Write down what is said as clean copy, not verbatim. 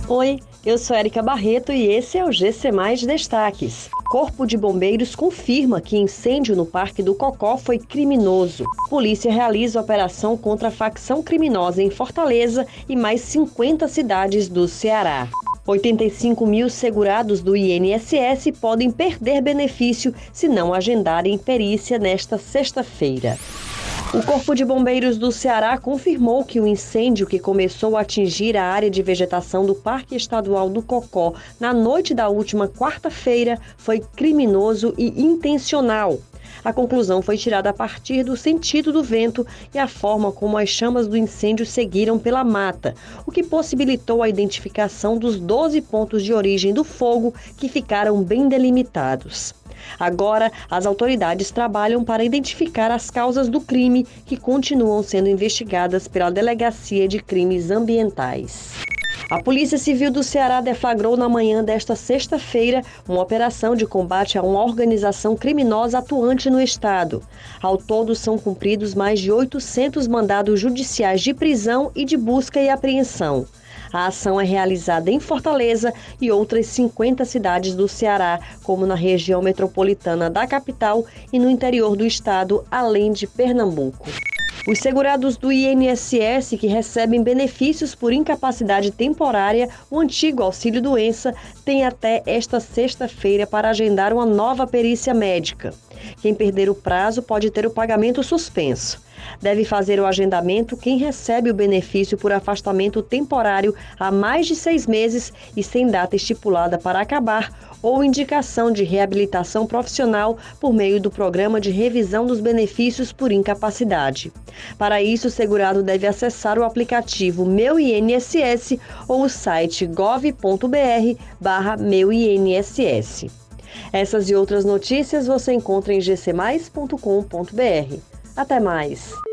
Oi, eu sou Érica Barreto e esse é o GC Mais Destaques. Corpo de Bombeiros confirma que incêndio no Parque do Cocó foi criminoso. Polícia realiza operação contra a facção criminosa em Fortaleza e mais 50 cidades do Ceará. 85 mil segurados do INSS podem perder benefício se não agendarem perícia nesta sexta-feira. O Corpo de Bombeiros do Ceará confirmou que o incêndio que começou a atingir a área de vegetação do Parque Estadual do Cocó na noite da última quarta-feira foi criminoso e intencional. A conclusão foi tirada a partir do sentido do vento e a forma como as chamas do incêndio seguiram pela mata, o que possibilitou a identificação dos 12 pontos de origem do fogo que ficaram bem delimitados. Agora, as autoridades trabalham para identificar as causas do crime que continuam sendo investigadas pela Delegacia de Crimes Ambientais. A Polícia Civil do Ceará deflagrou na manhã desta sexta-feira uma operação de combate a uma organização criminosa atuante no estado. Ao todo, são cumpridos mais de 800 mandados judiciais de prisão e de busca e apreensão. A ação é realizada em Fortaleza e outras 50 cidades do Ceará, como na região metropolitana da capital e no interior do estado, além de Pernambuco. Os segurados do INSS que recebem benefícios por incapacidade temporária, o antigo auxílio-doença, têm até esta sexta-feira para agendar uma nova perícia médica. Quem perder o prazo pode ter o pagamento suspenso. Deve fazer o agendamento quem recebe o benefício por afastamento temporário há mais de 6 meses e sem data estipulada para acabar, ou indicação de reabilitação profissional por meio do Programa de Revisão dos Benefícios por Incapacidade. Para isso, o segurado deve acessar o aplicativo Meu INSS ou o site gov.br/meuinss. Essas e outras notícias você encontra em gcmais.com.br. Até mais!